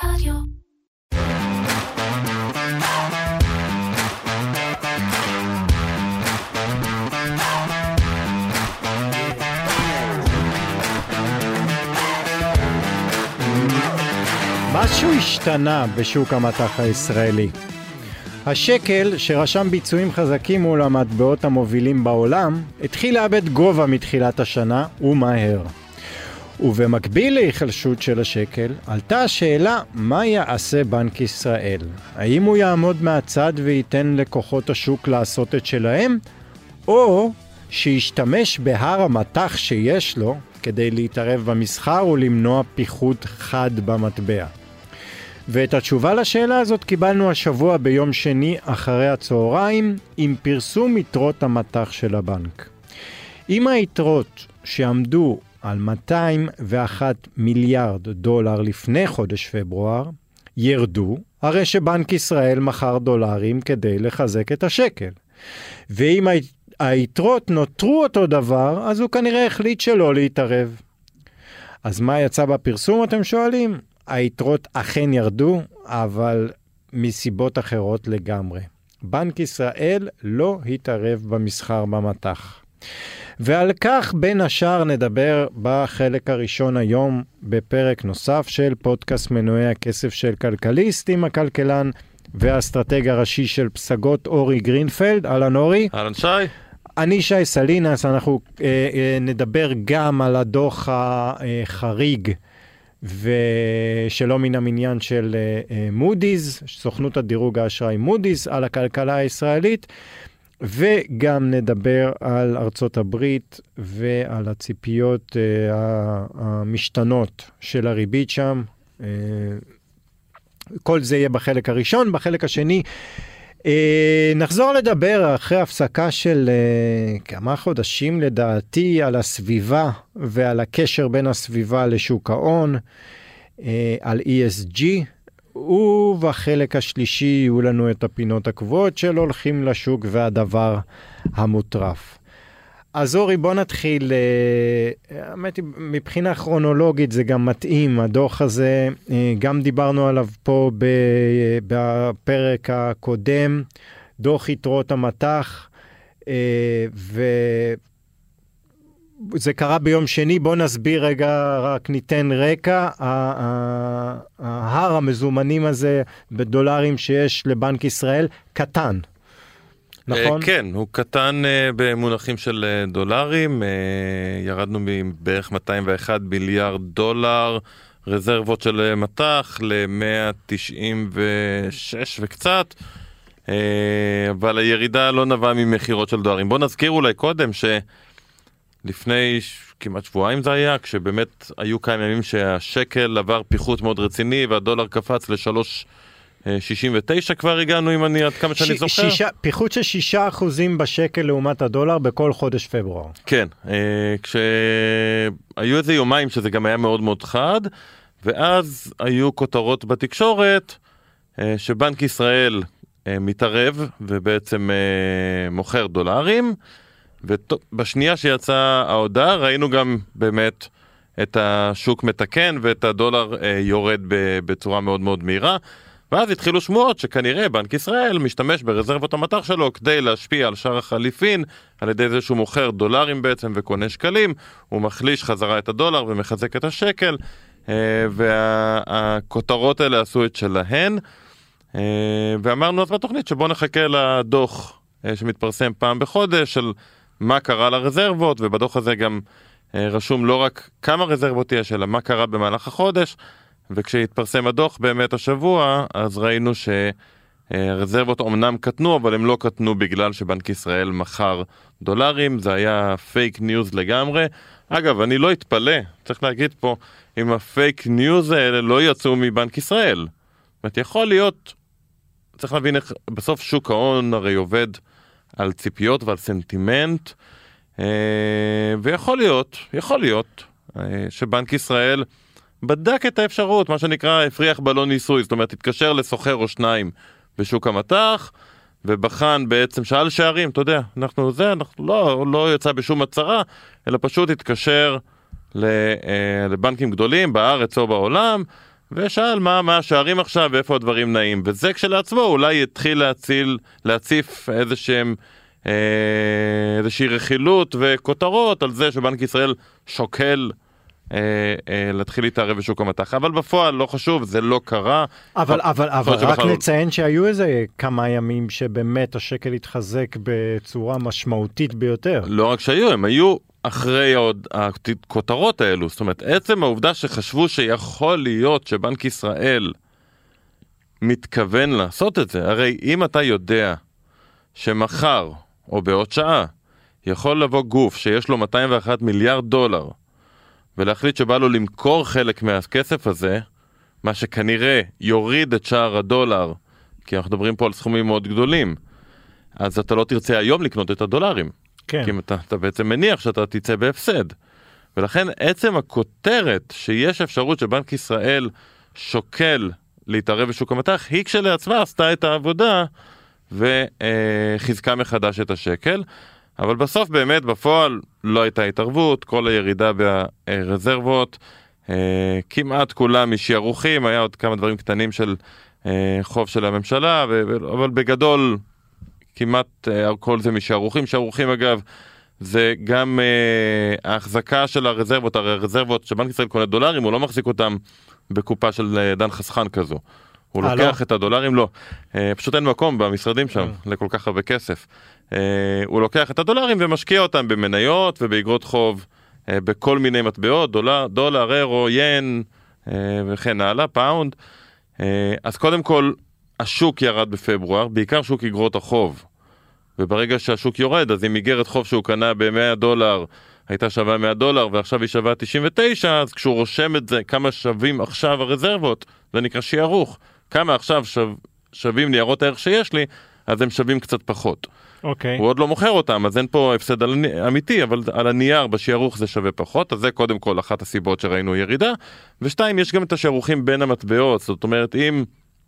רדיו. משהו השתנה בשוק המטח הישראלי. השקל, שרשם ביצועים חזקים מול המטבעות המובילים בעולם, התחיל לאבד גובה מתחילת השנה ומהר. ובמקביל להיחלשות של השקל, עלתה השאלה מה יעשה בנק ישראל. האם הוא יעמוד מהצד וייתן לכוחות השוק לעשות את שלהם, או שישתמש בהר המטח שיש לו כדי להתערב במסחר ולמנוע פיחות חד במטבע. ואת התשובה לשאלה הזאת קיבלנו השבוע ביום שני אחרי הצהריים עם פרסום יתרות המטח של הבנק. אם היתרות שעמדו על 201 מיליארד דולר לפני חודש פברואר ירדו, הרי שבנק ישראל מכר דולרים כדי לחזק את השקל. ואם היתרות נותרו אותו דבר, אז הוא כנראה החליט שלא להתערב. אז מה יצא בפרסום, אתם שואלים? היתרות אכן ירדו, אבל מסיבות אחרות לגמרי. בנק ישראל לא התערב במסחר במטח. ועל כך בין השאר נדבר בחלק הראשון היום בפרק נוסף של פודקאסט מנועי הכסף של כלכליסט עם הכלכלן והאסטרטג הראשי של פסגות אורי גרינפלד. אהלן אורי. אהלן שי. אני שי סלינס, אנחנו נדבר גם על הדוח החריג ושלא מן המניין של מודי'ס, סוכנות הדירוג האשראי מודי'ס, על הכלכלה הישראלית, וגם נדבר על ארצות הברית ועל הציפיות המשתנות של הריבית שם. כל זה יהיה בחלק הראשון. בחלק השני נחזור לדבר אחרי הפסקה של כמה חודשים לדעתי על הסביבה ועל הקשר בין הסביבה לשוק ההון, על ESG, ובחלק השלישי יהיו לנו את הפינות הקבועות של הולכים לשוק והדבר המוטרף. אז אורי, בוא נתחיל, מבחינה כרונולוגית זה גם מתאים, הדוח הזה, גם דיברנו עליו פה בפרק הקודם, דוח יתרות המטח, וזה קרה ביום שני. בוא נסביר רגע, רק ניתן רקע. ההר המזומנים הזה בדולרים שיש לבנק ישראל קטן. נכון? כן, הוא קטן במונחים של דולרים, ירדנו מבערך 201 מיליארד דולר, רזרבות של מטח ל-196 וקצת, אבל הירידה לא נבעה ממחירות של דולרים. בוא נזכיר אולי קודם שלפני כמעט שבועיים זה היה, כשבאמת היו כמה ימים שהשקל עבר פיחות מאוד רציני והדולר קפץ ל-3.69 כבר הגענו, אם אני עד כמה שאני זוכר. פיחות של 6% בשקל לעומת הדולר בכל חודש פברואר. כן, כשהיו איזה יומיים שזה גם היה מאוד מאוד חד, ואז היו כותרות בתקשורת שבנק ישראל מתערב ובעצם מוכר דולרים, ובשנייה שיצאה ההודעה ראינו גם באמת את השוק מתקן ואת הדולר יורד בצורה מאוד מאוד מהירה, ואז התחילו שמועות שכנראה בנק ישראל משתמש ברזרבות המטח שלו כדי להשפיע על שער החליפין, על ידי זה שהוא מוכר דולרים בעצם וקונה שקלים, הוא מחליש חזרה את הדולר ומחזק את השקל, והכותרות האלה עשו את שלהן, ואמרנו אז בתוכנית שבוא נחכה לדוח שמתפרסם פעם בחודש של מה קרה לרזרבות, ובדוח הזה גם רשום לא רק כמה רזרבות יש, אלא מה קרה במהלך החודש, וכשהתפרסם הדוח באמת השבוע, אז ראינו שהרזרבות אומנם קטנו, אבל הם לא קטנו בגלל שבנק ישראל מכר דולרים, זה היה פייק ניוז לגמרי. אגב, אני לא אתפלא, צריך להגיד פה, אם הפייק ניוז האלה לא יצאו מבנק ישראל. זאת אומרת, יכול להיות, צריך להבין איך, בסוף שוק ההון הרי עובד על ציפיות ועל סנטימנט, ויכול להיות שבנק ישראל בדק את האפשרות, מה שנקרא הפריח בלון ניסוי, זאת אומרת, התקשר לסוחר או שניים בשוק המטח, ובחן בעצם, שאל שערים, אתה יודע, אנחנו לא יצא בשום הצהרה, אלא פשוט התקשר לבנקים גדולים בארץ או בעולם, ושאל מה השערים עכשיו ואיפה הדברים נעים, וזה כשלעצמו אולי יתחיל להציף איזושהי רכילות וכותרות על זה שבנק ישראל שוקל להתחיל להתערב בשוק המטח, אבל בפועל לא חשוב, זה לא קרה. אבל רק נציין שהיו איזה כמה ימים שבאמת השקל התחזק בצורה משמעותית ביותר. לא רק שהיו, הם היו אחרי הכותרות האלו, זאת אומרת, עצם העובדה שחשבו שיכול להיות שבנק ישראל מתכוון לעשות את זה, הרי אם אתה יודע שמחר או בעוד שעה יכול לבוא גוף שיש לו 201 מיליארד דולר ולהחליט שבא לו למכור חלק מהכסף הזה, מה שכנראה יוריד את שער הדולר, כי אנחנו מדברים פה על סכומים מאוד גדולים, אז אתה לא תרצה היום לקנות את הדולרים. כן. כי אתה בעצם מניח שאתה תצא בהפסד. ולכן עצם הכותרת שיש אפשרות שבנק ישראל שוקל להתערב בשוק המטח, היא כשלעצמה עשתה את העבודה וחיזקה מחדש את השקל. אבל בסוף באמת בפועל לא הייתה התערבות, כל הירידה ברזרבות, כמעט כולם משערוכים, היה עוד כמה דברים קטנים של חוב של הממשלה, אבל בגדול כמעט כל זה משערוכים. שערוכים אגב זה גם ההחזקה של הרזרבות, הרי הרזרבות שבנק ישראל קונה דולרים, הוא לא מחזיק אותם בקופה של דן חסכן כזו. הוא לוקח את הדולרים, לא. פשוט אין מקום במשרדים שם לכל כך הרבה כסף. הוא לוקח את הדולרים ומשקיע אותם במניות ובאגרות חוב, בכל מיני מטבעות, דולר, אירו, ין, וכן הלאה, פאונד. אז קודם כל, השוק ירד בפברואר, בעיקר שוק אגרות החוב. וברגע שהשוק יורד, אז אם איגרת חוב שהוא קנה ב$100, הייתה שווה $100 ועכשיו היא שווה 99, אז כשהוא רושם את זה, כמה שווים עכשיו הרזרבות, זה נקרא שערוך. כמה עכשיו שווים ניירות הערך שיש לי, אז הם שווים קצת פחות. אוקיי. הוא עוד לא מוכר אותם, אז אין פה הפסד אמיתי, אבל על הנייר בשערוך זה שווה פחות, אז זה קודם כל אחת הסיבות שראינו ירידה. ושתיים, יש גם את השערוכים בין המטבעות, זאת אומרת, אם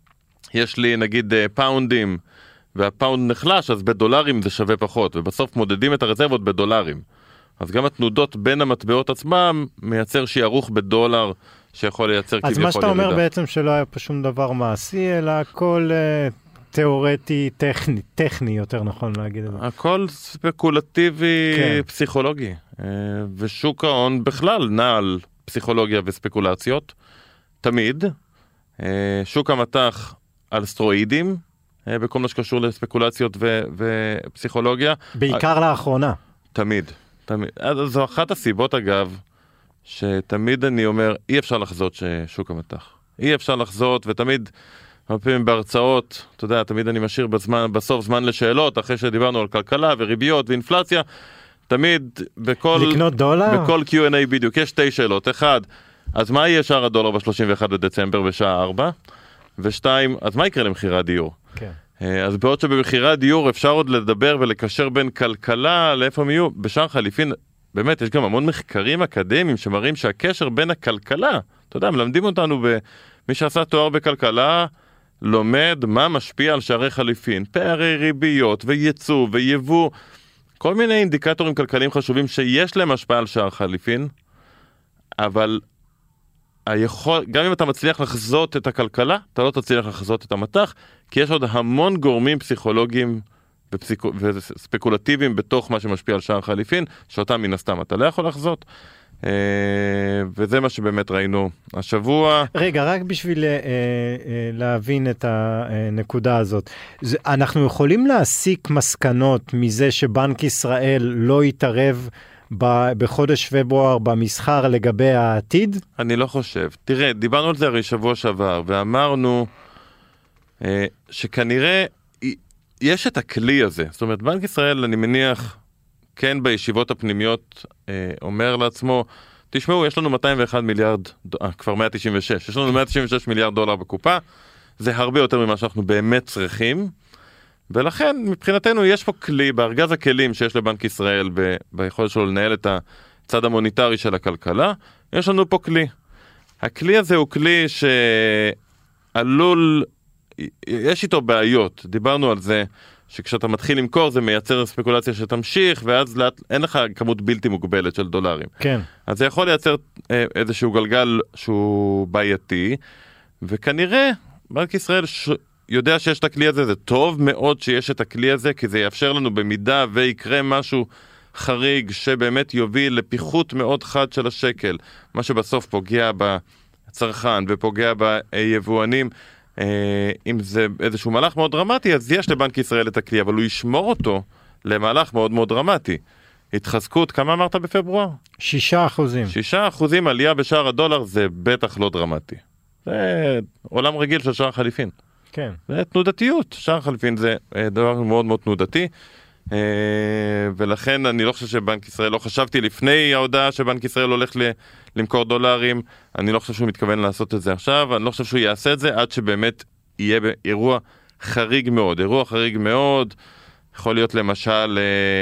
יש לי נגיד פאונדים, והפאונד נחלש, אז בדולרים זה שווה פחות, ובסוף מודדים את הרזרבות בדולרים. אז גם התנודות בין המטבעות עצמם מייצר שערוך בדולר שיכול לייצר כביכול ירידה. אז מה שאתה אומר בעצם שלא היה פה שום דבר מעשי, אלא הכל תיאורטי, טכני, יותר נכון להגיד את זה. הכל ספקולטיבי, כן. פסיכולוגי. ושוק ההון בכלל נע על פסיכולוגיה וספקולציות. תמיד. שוק המטח על סטרואידים, בכל מה שקשור לספקולציות ופסיכולוגיה. בעיקר לאחרונה. תמיד. זו אחת הסיבות אגב, שתמיד אני אומר, אי אפשר לחזות ששוק המטח. אי אפשר לחזות, ותמיד, הרבה פעמים בהרצאות, אתה יודע, תמיד אני משאיר בסוף זמן לשאלות, אחרי שדיברנו על כלכלה וריביות ואינפלציה, תמיד לקנות דולר? בכל Q&A בדיוק, יש 2 שאלות. 1, אז מה יהיה שער הדולר ב-31 בדצמבר בשעה 4? ו2, אז מה יקרה למחירי הדיור? כן. אז בעוד שבמחירי הדיור אפשר עוד לדבר ולקשר בין כלכלה לאיפה הם יהיו, בשער חליפין, באמת יש גם המון מחקרים אקדמיים שמראים שהקשר בין הכלכלה, אתה יודע, מלמדים אותנו מי שעשה תואר בכלכלה, לומד מה משפיע על שערי חליפין, פערי ריביות וייצוא ויבוא, כל מיני אינדיקטורים כלכליים חשובים שיש להם השפעה על שער חליפין, אבל גם אם אתה מצליח לחזות את הכלכלה, אתה לא תצליח לחזות את המטח, כי יש עוד המון גורמים פסיכולוגיים וספקולטיביים בתוך מה שמשפיע על שער חליפין, שאותם מן הסתם אתה לא יכול לחזות, וזה מה שבאמת ראינו השבוע. רגע, רק בשביל להבין את הנקודה הזאת, אנחנו יכולים להסיק מסקנות מזה שבנק ישראל לא יתערב בחודש פברואר במסחר לגבי העתיד? אני לא חושב. תראה, דיברנו על זה הרי שבוע שעבר, ואמרנו שכנראה יש את הכלי הזה. זאת אומרת, בנק ישראל, אני מניח, כן בישיבות הפנימיות, אומר לעצמו, תשמעו, יש לנו 201 מיליארד, כבר 196, יש לנו 196 מיליארד דולר בקופה, זה הרבה יותר ממה שאנחנו באמת צריכים, ולכן מבחינתנו יש פה כלי, בארגז הכלים שיש לבנק ישראל ביכולת שלו לנהל את הצד המוניטרי של הכלכלה, יש לנו פה כלי. הכלי הזה הוא כלי שעלול, יש איתו בעיות, דיברנו על זה, שכשאתה מתחיל למכור זה מייצר ספקולציה שתמשיך, ואז אין לך כמות בלתי מוגבלת של דולרים. כן. אז זה יכול לייצר איזשהו גלגל שהוא בעייתי, וכנראה בנק ישראל יודע שיש את הכלי הזה, זה טוב מאוד שיש את הכלי הזה, כי זה יאפשר לנו במידה ויקרה משהו חריג שבאמת יוביל לפיחות מאוד חד של השקל, מה שבסוף פוגע בצרכן ופוגע ביבואנים, אם זה איזשהו מהלך מאוד דרמטי, אז יש לבנק ישראל את הכלי, אבל הוא ישמור אותו למהלך מאוד מאוד דרמטי. התחזקות, כמה אמרת בפברואר? 6%. 6% עלייה בשער הדולר זה בטח לא דרמטי. זה עולם רגיל של שער חליפין. כן. זה תנודתיות. שער חליפין זה דבר מאוד מאוד תנודתי. ולכן אני לא חושב שבנק ישראל, לא חשבתי לפני ההודעה שבנק ישראל הולך למכור דולרים, אני לא חושב שהוא מתכוון לעשות את זה עכשיו, אני לא חושב שהוא יעשה את זה עד שבאמת יהיה אירוע חריג מאוד. אירוע חריג מאוד יכול להיות למשל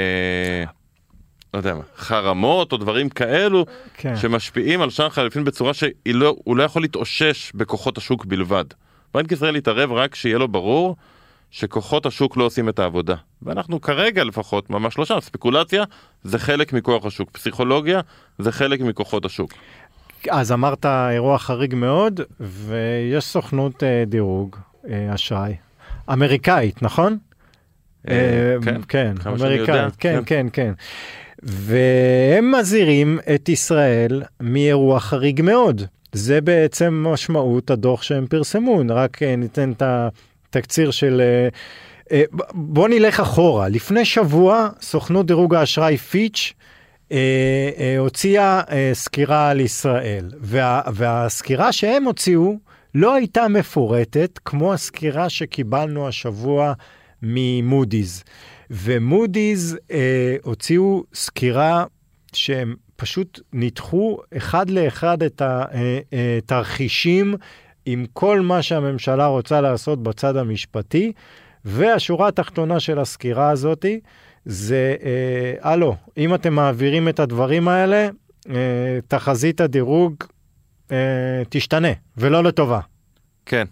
לא יודע מה, חרמות או דברים כאלו, כן. שמשפיעים על שער חליפין בצורה שהוא לא יכול להתאושש בכוחות השוק בלבד. בנק ישראל יתערב רק שיהיה לו ברור שכוחות השוק לא עושים את העבודה. ואנחנו כרגע לפחות ממש לא שם. ספקולציה זה חלק מכוח השוק. פסיכולוגיה זה חלק מכוחות השוק. אז אמרת אירוע חריג מאוד, ויש סוכנות דירוג אשראי. אמריקאית, נכון? כן, אמריקאית, כן. והם מזהירים את ישראל מאירוע חריג מאוד. זה בעצם משמעות הדוח שהם פרסמו. רק ניתן את התקציר של... בוא נלך אחורה. לפני שבוע, סוכנות דירוג האשראי פיץ' הוציאה סקירה על ישראל. והסקירה שהם הוציאו לא הייתה מפורטת, כמו הסקירה שקיבלנו השבוע ממודי'ס. ומודי'ס הוציאו סקירה שהם פשוט ניתחו אחד לאחד את התרחישים עם כל מה שהממשלה רוצה לעשות בצד המשפטי, והשורה התחתונה של הסקירה הזאת זה, אם אתם מעבירים את הדברים האלה, תחזית הדירוג תשתנה, ולא לטובה. כן.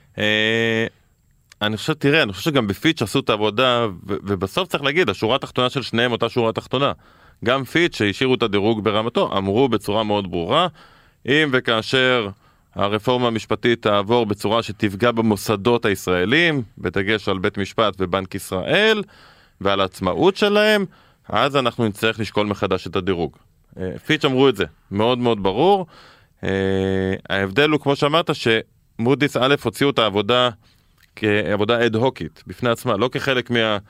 אני חושב שגם בפיץ' עשו את העבודה, ובסוף צריך להגיד, השורה התחתונה של שניהם אותה שורה התחתונה. גם פיץ' שהשאירו את הדירוג ברמתו, אמרו בצורה מאוד ברורה, אם וכאשר הרפורמה המשפטית תעבור בצורה שתפגע במוסדות הישראלים, בדגש על בית משפט ובנק ישראל, ועל העצמאות שלהם, אז אנחנו נצטרך לשקול מחדש את הדירוג. פיץ' אמרו את זה, מאוד מאוד ברור. ההבדל הוא, כמו שאמרת, שמודי'ס א' הוציאו את העבודה כעבודה אד-הוקית, בפני עצמה, לא כחלק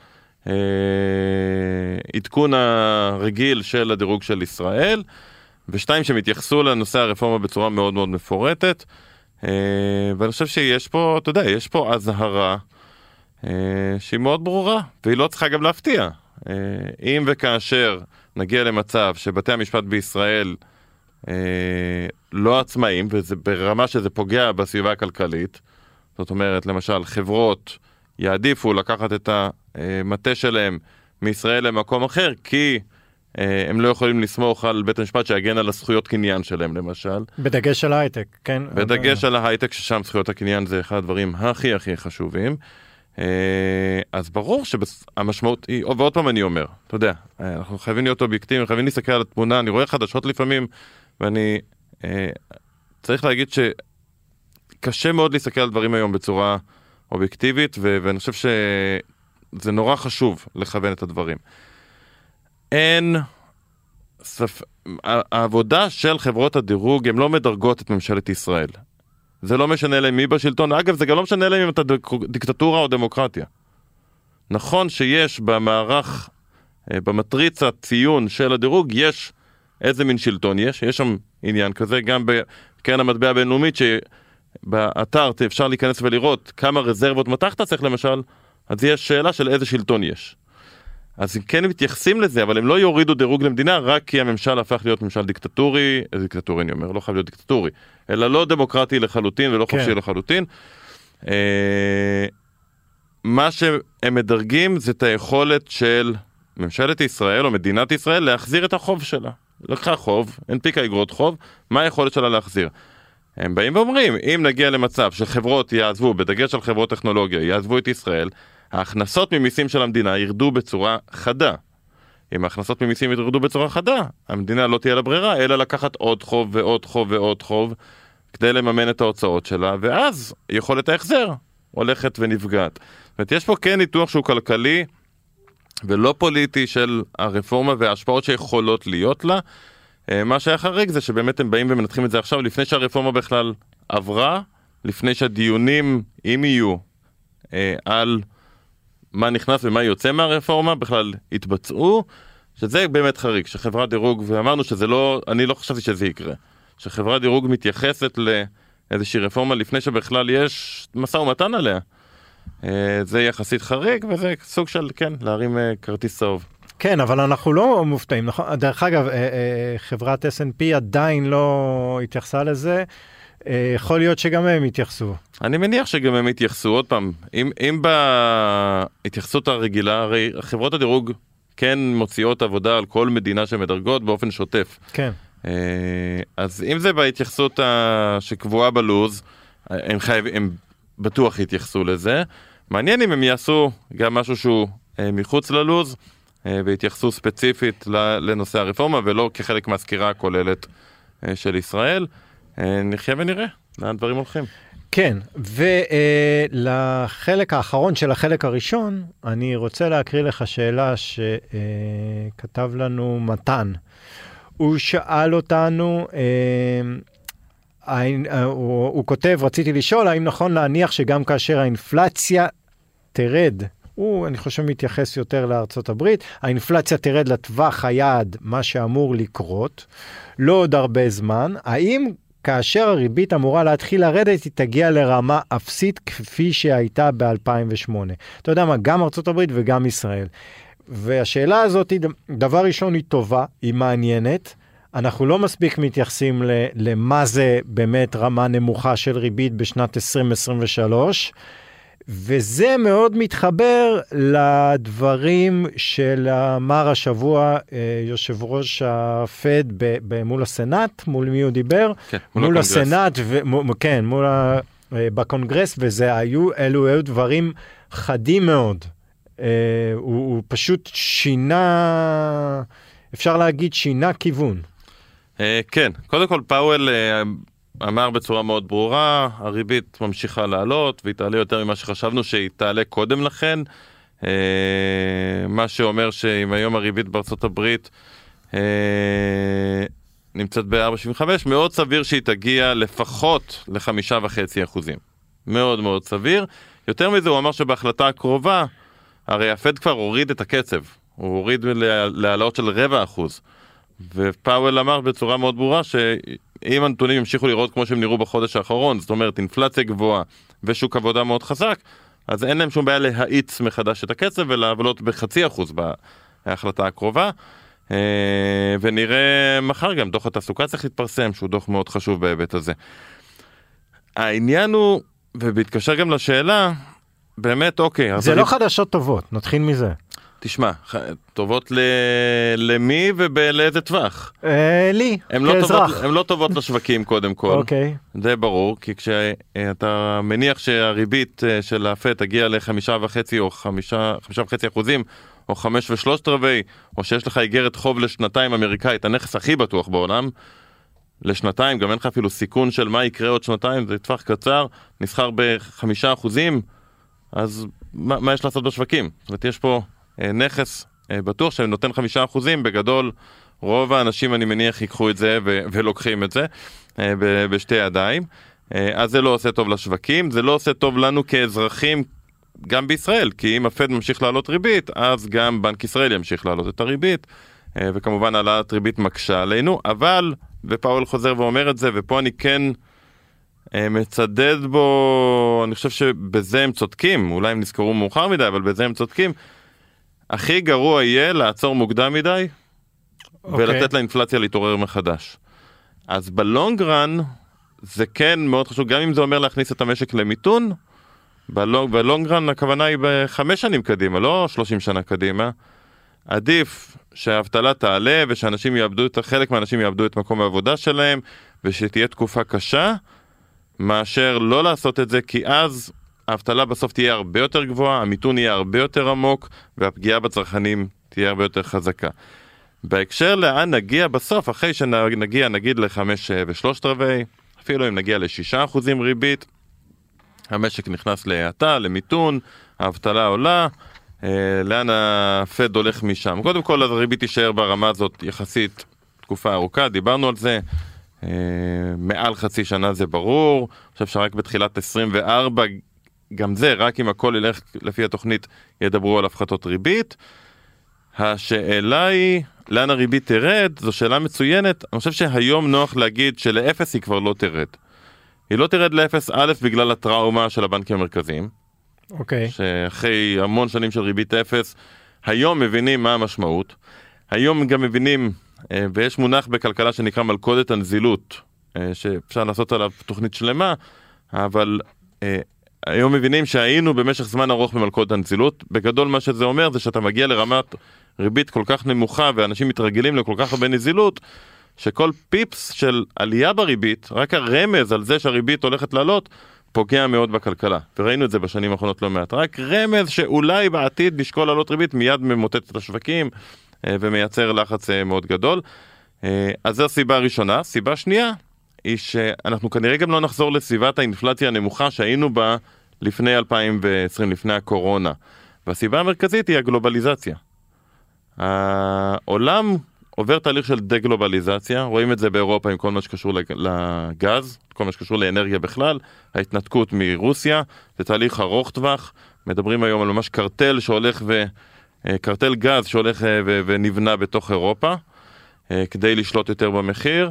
מהעדכון הרגיל של הדירוג של ישראל, ושתיים שמתייחסו לנושא הרפורמה בצורה מאוד מאוד מפורטת, ואני חושב שיש פה, אתה יודע, יש פה הזהרה שהיא מאוד ברורה, והיא לא צריכה גם להפתיע. אם וכאשר נגיע למצב שבתי המשפט בישראל לא עצמאים, וזה ברמה שזה פוגע בסביבה הכלכלית, זאת אומרת, למשל, חברות יעדיפו לקחת את המטה שלהם מישראל למקום אחר, כי הם לא יכולים לסמוך על בית המשפט שיגן על הזכויות קניין שלהם, למשל. בדגש על ההייטק, כן? בדגש על ההייטק, ששם זכויות הקניין זה אחד הדברים הכי הכי חשובים. אז ברור שהמשמעות היא, ועוד פעם אני אומר, אתה יודע, אנחנו חייבים להיות אובייקטיביים, חייבים להסתכל על התמונה, אני רואה חדשות לפעמים, ואני צריך להגיד שקשה מאוד להסתכל על דברים היום בצורה אובייקטיבית, ואני חושב שזה נורא חשוב לכוון את הדברים. העבודה של חברות הדירוג, הן לא מדרגות את ממשלת ישראל. זה לא משנה להם מי בשלטון. אגב, זה גם לא משנה להם אם אתה דיקטטורה או דמוקרטיה. נכון שיש במערך, במטריצה ציון של הדירוג, יש איזה מין שלטון יש שם עניין כזה, גם בקרן המטבע הבינלאומית, שבאתר אפשר להיכנס ולראות כמה רזרבות מתחת צריך למשל, אז יש שאלה של איזה שלטון יש. אז הם כן מתייחסים לזה, אבל הם לא יורידו דירוג למדינה, רק כי הממשל הפך להיות ממשל דיקטטורי, דיקטטורי אני אומר, לא חייב להיות דיקטטורי, אלא לא דמוקרטי לחלוטין ולא חופשי לחלוטין. מה שהם מדרגים זה את היכולת של ממשלת ישראל או מדינת ישראל להחזיר את החוב שלה. לקחה חוב, הנפיקה אגרות חוב, מה היכולת שלה להחזיר? הם באים ואומרים, אם נגיע למצב שחברות יעזבו, בדגש על חברות טכנולוגיה, יעזבו את ישראל, ההכנסות ממיסים של המדינה ירדו בצורה חדה. אם ההכנסות ממיסים ירדו בצורה חדה, המדינה לא תהיה לה ברירה, אלא לקחת עוד חוב ועוד חוב ועוד חוב, כדי לממן את ההוצאות שלה, ואז יכולת ההחזר הולכת ונפגעת. זאת אומרת, יש פה כן ניתוח שהוא כלכלי ולא פוליטי של הרפורמה וההשפעות שיכולות להיות לה. מה שהיה חריג זה שבאמת הם באים ומנתחים את זה עכשיו, לפני שהרפורמה בכלל עברה, לפני שהדיונים, אם יהיו, על מה נכנס ומה יוצא מהרפורמה, בכלל התבצעו, שזה באמת חריג, שחברת דירוג, ואמרנו שזה לא, אני לא חשבתי שזה יקרה, שחברת דירוג מתייחסת לאיזושהי רפורמה לפני שבכלל יש משא ומתן עליה. זה יחסית חריג, וזה סוג של, כן, להרים כרטיס צהוב. כן, אבל אנחנו לא מופתעים, נכון? דרך אגב, חברת S&P עדיין לא התייחסה לזה, יכול להיות שגם הם יתייחסו. אני מניח שגם הם יתייחסו, עוד פעם, אם בהתייחסות הרגילה, הרי חברות הדירוג כן מוציאות עבודה על כל מדינה שמדרגות באופן שוטף. כן. אז אם זה בהתייחסות שקבועה בלוז, הם בטוח יתייחסו לזה. מעניין אם הם יעשו גם משהו שהוא מחוץ ללוז, והתייחסו ספציפית לנושא הרפורמה, ולא כחלק מהסקירה הכוללת של ישראל. נחיה ונראה לאן דברים הולכים. כן, ולחלק האחרון של החלק הראשון, אני רוצה להקריא לך שאלה שכתב לנו מתן. הוא שאל אותנו, הוא כותב, רציתי לשאול, האם נכון להניח שגם כאשר האינפלציה תרד, אני חושב מתייחס יותר לארצות הברית, האינפלציה תרד לטווח היעד, מה שאמור לקרות, לא עוד הרבה זמן, האם כאשר הריבית אמורה להתחיל לרדת, היא תגיע לרמה אפסית כפי שהייתה ב-2008. אתה יודע מה, גם ארצות הברית וגם ישראל. והשאלה הזאת, דבר ראשון, היא טובה, היא מעניינת, אנחנו לא מספיק מתייחסים למה זה באמת רמה נמוכה של ריבית בשנת 2023, וזה מאוד מתחבר לדברים של אמר השבוע יושב ראש הפד מול הסנאט, מול מי הוא דיבר? כן, מול הסנאט, כן, בקונגרס, אלו היו דברים חדים מאוד. הוא פשוט שינה, אפשר להגיד שינה כיוון. כן, קודם כל פאוול אמר בצורה מאוד ברורה, הריבית ממשיכה לעלות, והיא תעלה יותר ממה שחשבנו שהיא תעלה קודם לכן, מה שאומר שאם היום הריבית בארצות הברית נמצאת ב-4.75, מאוד סביר שהיא תגיע לפחות ל5.5%. מאוד מאוד סביר. יותר מזה הוא אמר שבהחלטה הקרובה, הרי הפד כבר הוריד את הקצב, הוא הוריד להעלות של 0.25%. ופאוול אמר בצורה מאוד ברורה שאם הנתונים ימשיכו לראות כמו שהם נראו בחודש האחרון, זאת אומרת אינפלציה גבוהה ושוק עבודה מאוד חזק, אז אין להם שום בעיה להאיץ מחדש את הקצב ולעלות ב0.5% בהחלטה הקרובה. ונראה מחר גם דוח התעסוקה צריך להתפרסם, שהוא דוח מאוד חשוב בהיבט הזה. העניין הוא, ובהתקשר גם לשאלה, באמת אוקיי. זה לא חדשות טובות, נתחיל מזה. תשמע, טובות למי ובאיזה טווח? לי, כאזרח. הן לא טובות לשווקים קודם כל. אוקיי. זה ברור, כי כשאתה מניח שהריבית של הפד תגיע ל5.5 או 5.5%, או 5.75, או שיש לך איגרת חוב לשנתיים אמריקאית, הנכס הכי בטוח בעולם, לשנתיים, גם אין לך אפילו סיכון של מה יקרה עוד שנתיים, זה טווח קצר, נסחר ב5%, אז מה יש לעשות בשווקים? זאת אומרת, יש פה נכס בטוח שנותן 5%, בגדול רוב האנשים אני מניח ייקחו את זה ולוקחים את זה בשתי ידיים, אז זה לא עושה טוב לשווקים, זה לא עושה טוב לנו כאזרחים גם בישראל, כי אם הפד ממשיך לעלות ריבית, אז גם בנק ישראל ימשיך לעלות את הריבית, וכמובן העלאת ריבית מקשה עלינו, אבל, ופאוול חוזר ואומר את זה, ופה אני כן מצדד בו, אני חושב שבזה הם צודקים, אולי הם נזכרו מאוחר מדי, אבל בזה הם צודקים, הכי גרוע יהיה לעצור מוקדם מדי, ולתת לאינפלציה להתעורר מחדש. אז בלונגרן, זה כן מאוד חשוב, גם אם זה אומר להכניס את המשק למיתון, בלונגרן הכוונה היא ב5 שנים קדימה, לא 30 שנה קדימה, עדיף שהאבטלה תעלה, ושאנשים יאבדו חלק מהאנשים יאבדו את מקום העבודה שלהם, ושתהיה תקופה קשה, מאשר לא לעשות את זה, כי אז האבטלה בסוף תהיה הרבה יותר גבוהה, המיתון יהיה הרבה יותר עמוק, והפגיעה בצרכנים תהיה הרבה יותר חזקה. בהקשר לאן נגיע בסוף, אחרי שנגיע נגיד ל5.75, אפילו אם נגיע ל6% ריבית, המשק נכנס להאטה, למיתון, האבטלה עולה, לאן הפד הולך משם? קודם כל, הריבית תישאר ברמה הזאת יחסית תקופה ארוכה, דיברנו על זה, מעל חצי שנה זה ברור, אני חושב שרק בתחילת 24, גם זה, רק אם הכל ילך לפי התוכנית, ידברו על הפחתות ריבית. השאלה היא, לאן הריבית תרד? זו שאלה מצוינת. אני חושב שהיום נוח להגיד שלאפס היא כבר לא תרד. היא לא תרד לאפס א' בגלל הטראומה של הבנקים המרכזיים. אוקיי. שאחרי המון שנים של ריבית אפס, היום מבינים מה המשמעות. היום גם מבינים, ויש מונח בכלכלה שנקרא מלכודת הנזילות, שאפשר לעשות עליו תוכנית שלמה, אבל היום מבינים שהיינו במשך זמן ארוך במלכודת הנזילות. בגדול מה שזה אומר זה שאתה מגיע לרמת ריבית כל כך נמוכה, ואנשים מתרגלים לכל כך הרבה נזילות, שכל פיפס של עלייה בריבית, רק הרמז על זה שהריבית הולכת לעלות, פוגע מאוד בכלכלה. וראינו את זה בשנים האחרונות לא מעט. רק רמז שאולי בעתיד נשקול לעלות ריבית, מיד ממוטט את השווקים, ומייצר לחץ מאוד גדול. אז זו הסיבה הראשונה. סיבה שנייה, היא שאנחנו כנראה גם לא נחזור לסביבת האינפלציה הנמוכה שהיינו בה לפני 2020, לפני הקורונה. והסיבה המרכזית היא הגלובליזציה. העולם עובר תהליך של דה-גלובליזציה, רואים את זה באירופה עם כל מה שקשור לגז, כל מה שקשור לאנרגיה בכלל, ההתנתקות מרוסיה, זה תהליך ארוך טווח, מדברים היום על ממש קרטל שהולך קרטל גז שהולך ונבנה בתוך אירופה, כדי לשלוט יותר במחיר.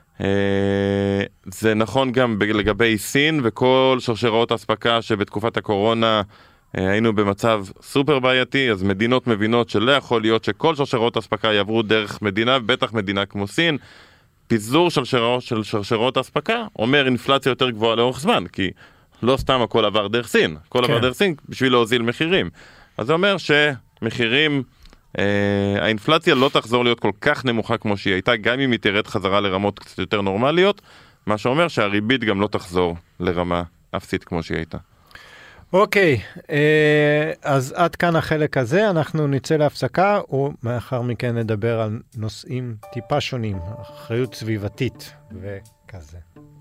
זה נכון גם לגבי סין וכל שרשראות האספקה שבתקופת הקורונה היינו במצב סופר בעייתי, אז מדינות מבינות שלא יכול להיות שכל שרשראות האספקה יעברו דרך מדינה, בטח מדינה כמו סין. פיזור של שרשראות האספקה אומר אינפלציה יותר גבוהה לאורך זמן, כי לא סתם הכל עבר דרך סין, הכל עבר דרך סין בשביל להוזיל מחירים. אז זה אומר שמחירים, האינפלציה לא תחזור להיות כל כך נמוכה כמו שהיא הייתה, גם אם היא תרד חזרה לרמות קצת יותר נורמליות, מה שאומר שהריבית גם לא תחזור לרמה אפסית כמו שהיא הייתה. אוקיי, אז עד כאן החלק הזה, אנחנו נצא להפסקה, ומאחר מכן נדבר על נושאים טיפה שונים, אחריות סביבתית וכזה.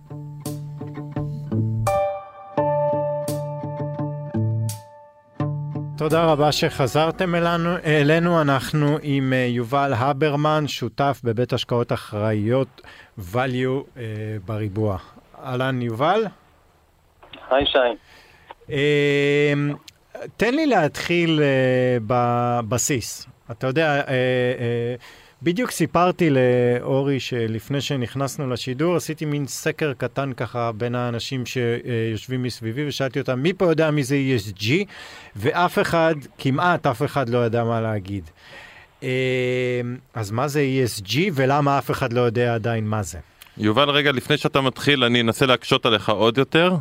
תודה רבה שחזרתם אלינו, אנחנו עם יובל הברמן, שותף בבית השקעות אחראיות value בריבוע. אהלן יובל. היי שי. תן לי להתחיל בבסיס. אתה יודע, בדיוק סיפרתי לאורי שלפני שנכנסנו לשידור, עשיתי מין סקר קטן ככה בין האנשים שיושבים מסביבי, ושאלתי אותם, מי פה יודע מי זה ESG? ואף אחד, כמעט אף אחד לא יודע מה להגיד. אז מה זה ESG ולמה אף אחד לא יודע עדיין מה זה? יובל, רגע, לפני שאתה מתחיל, אני אנסה להקשות עליך עוד יותר.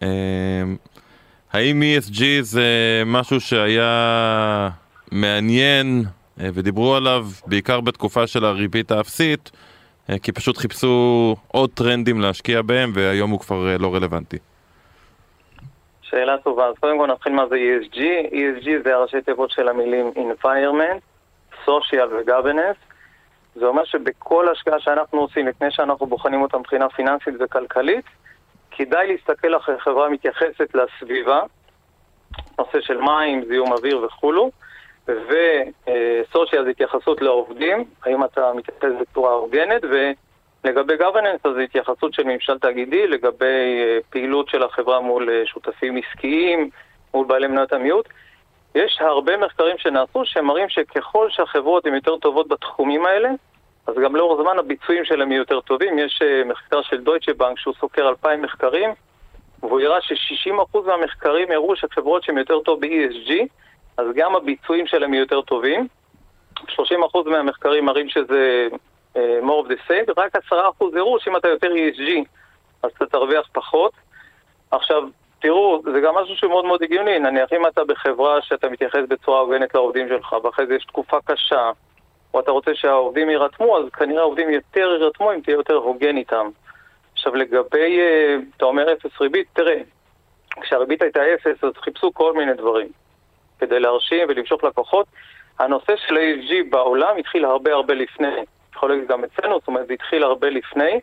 האם ESG זה משהו שהיה מעניין ודיברו עליו בעיקר בתקופה של הריבית האפסית, כי פשוט חיפשו עוד טרנדים להשקיע בהם והיום הוא כבר לא רלוונטי? שאלה טובה. אז קודם כל נתחיל מה זה ESG. ESG זה הראשי תיבות של המילים environment, social ו-governance. זה אומר שבכל השקעה שאנחנו עושים לפני שאנחנו בוחנים אותה מבחינה פיננסית וכלכלית, כדאי להסתכל אחרי חברה מתייחסת לסביבה, נושא של מים, זיהום אוויר וכולו, וסושיאל זה התייחסות לעובדים, האם אתה מתייחס בצורה אורגנת, ולגבי גוורננס אז זה התייחסות של ממשל תאגידי, לגבי פעילות של החברה מול שותפים עסקיים, מול בעלי מניות המיעוט. יש הרבה מחקרים שנעשו שמראים שככל שהחברות הן יותר טובות בתחומים האלה, אז גם לאור זמן הביצועים שלהם יותר טובים. יש מחקר של דויטשה בנק שהוא סוקר 2,000 מחקרים, והוא הראה ש60% מהמחקרים הראו שחברות שהן יותר טוב ב-ESG, אז גם הביצועים שלהם יותר טובים. 30% מהמחקרים מראים שזה more of the same, רק 10% הראו שאם אתה יותר ESG, אז אתה תרוויח פחות. עכשיו, תראו, זה גם משהו שהוא מאוד מאוד הגיוני. נניח אם אתה בחברה שאתה מתייחס בצורה הוגנת לעובדים שלך, ואחרי זה יש תקופה קשה, או אתה רוצה שהעובדים יירתמו, אז כנראה העובדים יותר יירתמו אם תהיה יותר הוגן איתם. עכשיו לגבי, אתה אומר 0 ריבית, תראה, כשהריבית הייתה 0, אז חיפשו כל מיני דברים כדי להרשים ולמשוך לקוחות. הנושא של ה-ESG בעולם התחיל הרבה לפני, יכול להיות גם אצלנו, זאת אומרת זה התחיל הרבה לפני,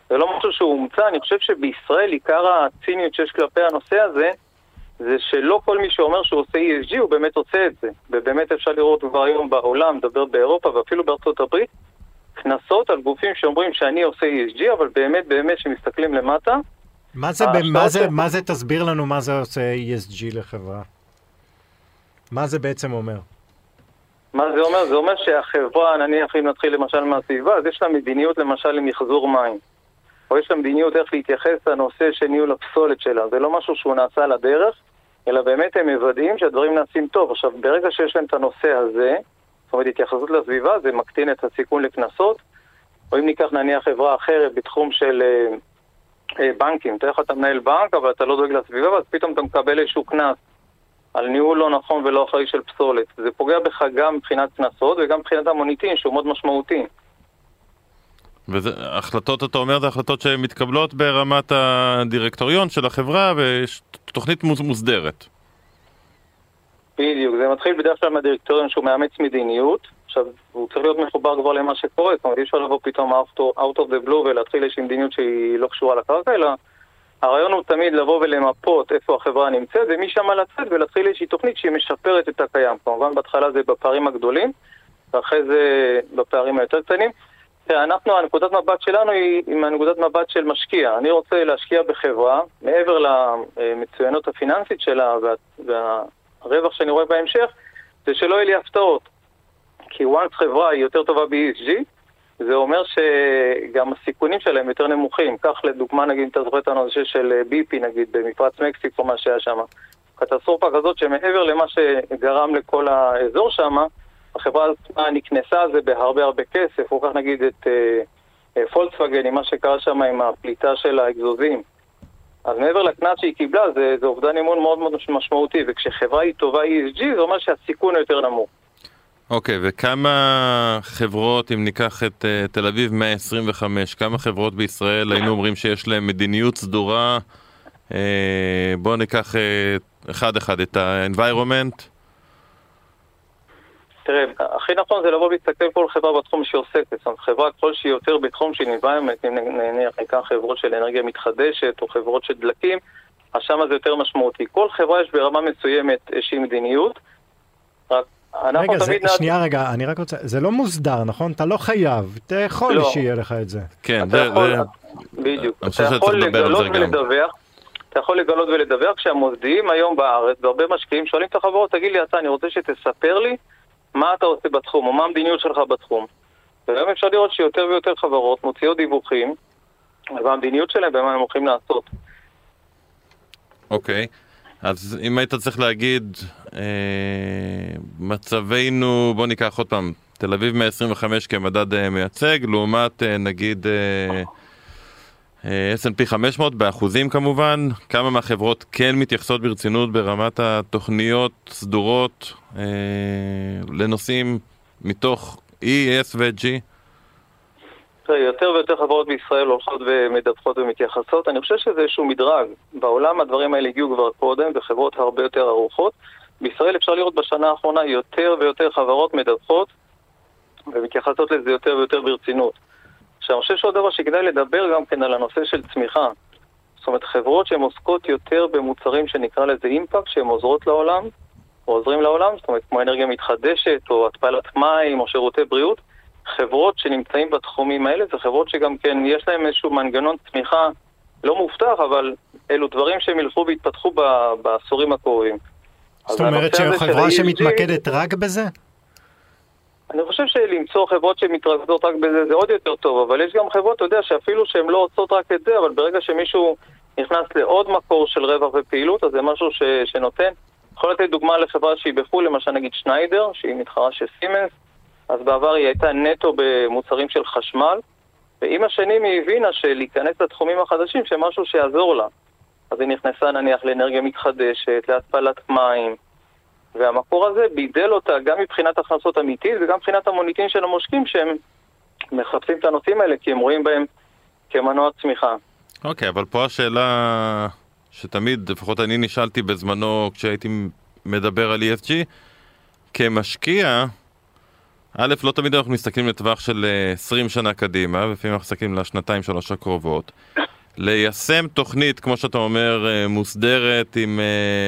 זה לא משהו שהוא הומצא. אני חושב שבישראל עיקר הציניות שיש כלפי הנושא הזה, זה שלא כל מי שאומר שהוא עושה ESG הוא באמת עושה את זה. ובאמת אפשר לראות כבר היום בעולם, מדבר באירופה ואפילו בארצות הברית, כנסות על גופים שאומרים שאני עושה ESG, אבל באמת שמסתכלים למטה. מה זה תסביר לנו מה זה עושה ESG לחברה? מה זה בעצם אומר? מה זה אומר? זה אומר שהחברה, נניח אם נתחיל למשל מהסביבה, אז יש לה מדיניות למשל למחזור מים. או יש לה מדיניות איך להתייחס לנושא של ניהול הפסולת שלה. זה לא משהו שהוא נעשה לדרך, אלא באמת הם מוודאים שהדברים נעשים טוב. עכשיו, ברגע שיש להם את הנושא הזה, זאת אומרת, התייחסות לסביבה, זה מקטין את הסיכון לכנסות. או אם ניקח נניח חברה אחרת בתחום של בנקים, תלך אתה מנהל בנק, אבל אתה לא דואג לסביבה, ואז פתאום אתה מקבל איזשהו כנס על ניהול לא נכון ולא אחראי של פסולת. זה פוגע בך גם מבחינת כנסות וגם מבחינת המוניטין, שהוא מאוד משמעותי. והחלטות, אתה אומר, זה החלטות שמתקבלות ברמת הדירקטוריון של החברה, ויש תוכנית מוסדרת. בדיוק, זה מתחיל בדרך כלל מהדירקטוריון שהוא מאמץ מדיניות. עכשיו, הוא צריך להיות מחובר כבר למה שקורה, זאת אומרת, אי אפשר לבוא פתאום out of the blue ולהתחיל איזושהי מדיניות שהיא לא קשורה לקרקע, אלא הרעיון הוא תמיד לבוא ולמפות איפה החברה נמצאת, ומשם לצאת ולהתחיל איזושהי תוכנית שהיא משפרת את הקיים. כמובן, בהתחלה זה בפערים הגדולים, ואחרי זה בפערים היותר קטנים. אנחנו, הנקודת מבט שלנו היא הנקודת מבט של משקיע. אני רוצה להשקיע בחברה, מעבר למצוינות הפיננסית שלה והרווח שאני רואה בהמשך, זה שלא יהיה לי הפתעות. כי once חברה היא יותר טובה ב-ESG, זה אומר שגם הסיכונים שלהם יותר נמוכים. כך לדוגמה, נגיד, אתה זוכר את הנושא של BP, נגיד, במפרץ מקסיקו, מה שהיה שם. קטסטרופה כזאת שמעבר למה שגרם לכל האזור שם, החברה נקנסה על זה בהרבה כסף, או כך נגיד את פולקסווגן, עם מה שקרה שם עם הפליטה של האגזוזים. אז מעבר לקנס שהיא קיבלה, זה אובדן אמון מאוד משמעותי, וכשחברה היא טובה ESG, זה אומר שהסיכון יותר נמוך. אוקיי, וכמה חברות, אם ניקח את תל אביב 125, כמה חברות בישראל היינו אומרים שיש להם מדיניות סדורה? בואו ניקח אחד את ה-environment. תראה, הכי נכון זה לבוא להסתכל כל חברה בתחום שעוסקת. זאת אומרת, חברה ככל שהיא יותר בתחום של environment, אם ניקח חברות של אנרגיה מתחדשת או חברות של דלקים, אז שם זה יותר משמעותי. כל חברה יש ברמה מסוימת איזושהי מדיניות. שנייה רגע, אני רק רוצה, זה לא מוסדר, נכון? אתה לא חייב, אתה יכול שיהיה לך את זה. כן, בדיוק. אתה יכול לגלות ולדווח כשהמוסדיים היום בארץ, והרבה משקיעים שואלים את החברות, תגיד לי אתה, אני רוצה שתספר לי מה אתה עושה בתחום, או מה המדיניות שלך בתחום. והיום אפשר לראות שיותר ויותר חברות מוציאות דיווחים, והמדיניות שלהם במה הם הולכים לעשות. אוקיי. אז אם היית צריך להגיד, מצבנו, בוא ניקח עוד פעם, תל אביב 125 כמדד מייצג, לעומת נגיד S&P 500 באחוזים כמובן, כמה מהחברות כן מתייחסות ברצינות ברמת התוכניות סדורות לנושאים מתוך ES ו-G? יותר ויותר חברות בישראל הולכות ומדווחות ומתייחסות. אני חושב שזה איזשהו מדרג. בעולם הדברים האלה הגיעו כבר קודם, וחברות הרבה יותר ארוכות. בישראל אפשר לראות בשנה האחרונה יותר ויותר חברות מדווחות, ומתייחסות לזה יותר ויותר ברצינות. עכשיו, אני חושב שעוד דבר שכדאי לדבר גם כן על הנושא של צמיחה. זאת אומרת, חברות שהן עוסקות יותר במוצרים שנקרא לזה אימפקט, שהן עוזרות לעולם, או עוזרים לעולם, זאת אומרת, כמו אנרגיה מתחדשת, או התפלת מים, או שירותי בריאות, חברות שנמצאים בתחומים האלה, זה חברות שגם כן יש להם איזשהו מנגנון צמיחה לא מובטח, אבל אלו דברים שהם ילכו והתפתחו בעשורים הקרובים. זאת אומרת שחברה שמתמקדת רק בזה? אני חושב שלמצוא חברות שמתרכזות רק בזה זה עוד יותר טוב, אבל יש גם חברות, אתה יודע, שאפילו שהן לא עושות רק את זה, אבל ברגע שמישהו נכנס לעוד מקור של רווח ופעילות, אז זה משהו שנותן. יכול לתת דוגמה לחברה שהיא בחו"ל, למשל נגיד שניידר, שהיא מתחרה של סימנס, אז בעבר היא הייתה נטו במוצרים של חשמל, ועם השנים היא הבינה שלהיכנס לתחומים החדשים שמשהו שיעזור לה. אז היא נכנסה נניח לאנרגיה מתחדשת, להתפלת מים, והמקור הזה בידל אותה גם מבחינת הכנסות אמיתית וגם מבחינת המוניטין של המשקיעים שהם מחפשים את הנושאים האלה כי הם רואים בהם כמנוע צמיחה. אוקיי, אבל פה השאלה שתמיד, לפחות אני נשאלתי בזמנו כשהייתי מדבר על ESG, כמשקיע, א', לא תמיד אנחנו מסתכלים לטווח של 20 שנה קדימה, ולפעמים אנחנו מסתכלים לשנתיים, 3 הקרובות. ליישם תוכנית, כמו שאתה אומר, מוסדרת עם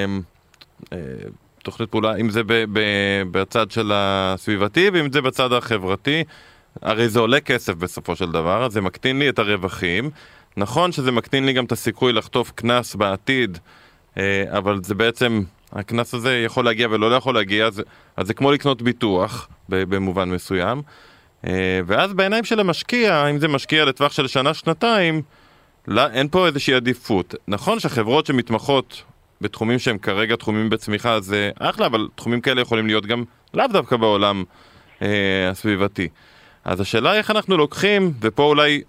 תוכנית פעולה, אם זה בצד של הסביבתי, ואם זה בצד החברתי, הרי זה עולה כסף בסופו של דבר, אז זה מקטין לי את הרווחים. נכון שזה מקטין לי גם את הסיכוי לחטוף כנס בעתיד, אבל זה בעצם, הכנס הזה יכול להגיע ולא יכול להגיע, אז זה כמו לקנות ביטוח, במובן מסוים. ואז בעיניים של המשקיע, אם זה משקיע לטווח של שנה, שנתיים, אין פה איזושהי עדיפות. נכון שחברות שמתמחות בתחומים שהם כרגע תחומים בצמיחה, זה אחלה, אבל תחומים כאלה יכולים להיות גם לאו דווקא בעולם הסביבתי. אז השאלה איך אנחנו לוקחים, ופה אולי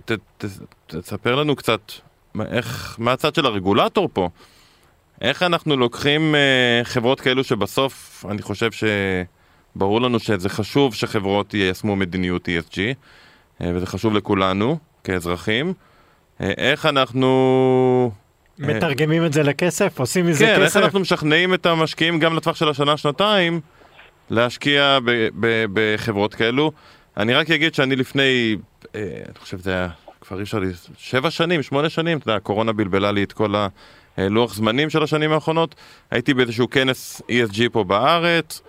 תספר לנו קצת מה הצד של הרגולטור פה, איך אנחנו לוקחים חברות כאלו שבסוף אני חושב שברור לנו שזה חשוב שחברות יישמו מדיניות ESG, וזה חשוב לכולנו כאזרחים. איך אנחנו מתרגמים את זה לכסף? עושים מזה כסף? כן, איך אנחנו משכנעים את המשקיעים גם לטווח של השנה, שנתיים, להשקיע בחברות כאלו. אני רק אגיד שאני לפני, אני חושב זה היה כבר אי אפשר לי, 7 שנים, 8 שנים, הקורונה בלבלה לי את כל הלוח זמנים של השנים האחרונות. הייתי באיזשהו כנס ESG פה בארץ,